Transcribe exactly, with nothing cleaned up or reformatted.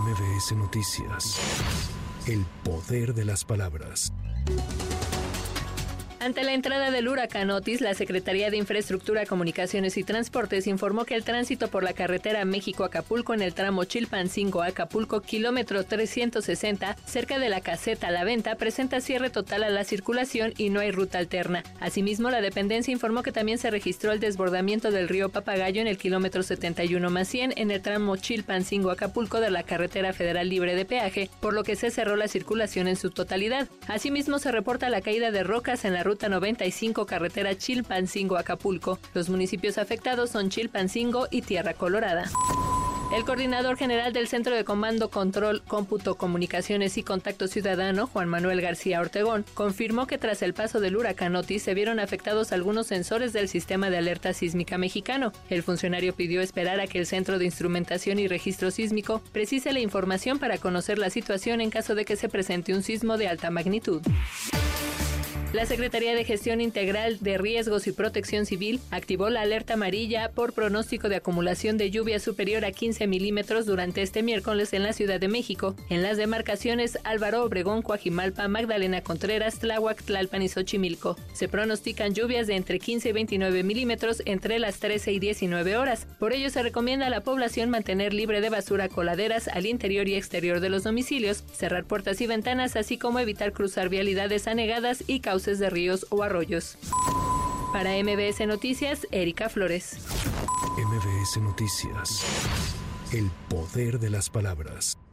M V S Noticias. El poder de las palabras. Ante la entrada del huracán Otis, la Secretaría de Infraestructura, Comunicaciones y Transportes informó que el tránsito por la carretera México-Acapulco en el tramo Chilpancingo-Acapulco, kilómetro trescientos sesenta, cerca de la caseta La Venta, presenta cierre total a la circulación y no hay ruta alterna. Asimismo, la dependencia informó que también se registró el desbordamiento del río Papagayo en el kilómetro setenta y uno más cien en el tramo Chilpancingo-Acapulco de la carretera federal libre de peaje, por lo que se cerró la circulación en su totalidad. Asimismo, se reporta la caída de rocas en la ruta noventa y cinco carretera Chilpancingo-Acapulco. Los municipios afectados son Chilpancingo y Tierra Colorada. El coordinador general del Centro de Comando, Control, Cómputo, Comunicaciones y Contacto Ciudadano, Juan Manuel García Ortegón, confirmó que tras el paso del huracán Otis se vieron afectados algunos sensores del sistema de alerta sísmica mexicano. El funcionario pidió esperar a que el Centro de Instrumentación y Registro Sísmico precise la información para conocer la situación en caso de que se presente un sismo de alta magnitud. La Secretaría de Gestión Integral de Riesgos y Protección Civil activó la alerta amarilla por pronóstico de acumulación de lluvia superior a quince milímetros durante este miércoles en la Ciudad de México, en las demarcaciones Álvaro Obregón, Coajimalpa, Magdalena Contreras, Tláhuac, Tlalpan y Xochimilco. Se pronostican lluvias de entre quince y veintinueve milímetros entre las trece y diecinueve horas. Por ello, se recomienda a la población mantener libre de basura coladeras al interior y exterior de los domicilios, cerrar puertas y ventanas, así como evitar cruzar vialidades anegadas y cauces de ríos o arroyos. Para M V S Noticias, Erika Flores. M V S Noticias. El poder de las palabras.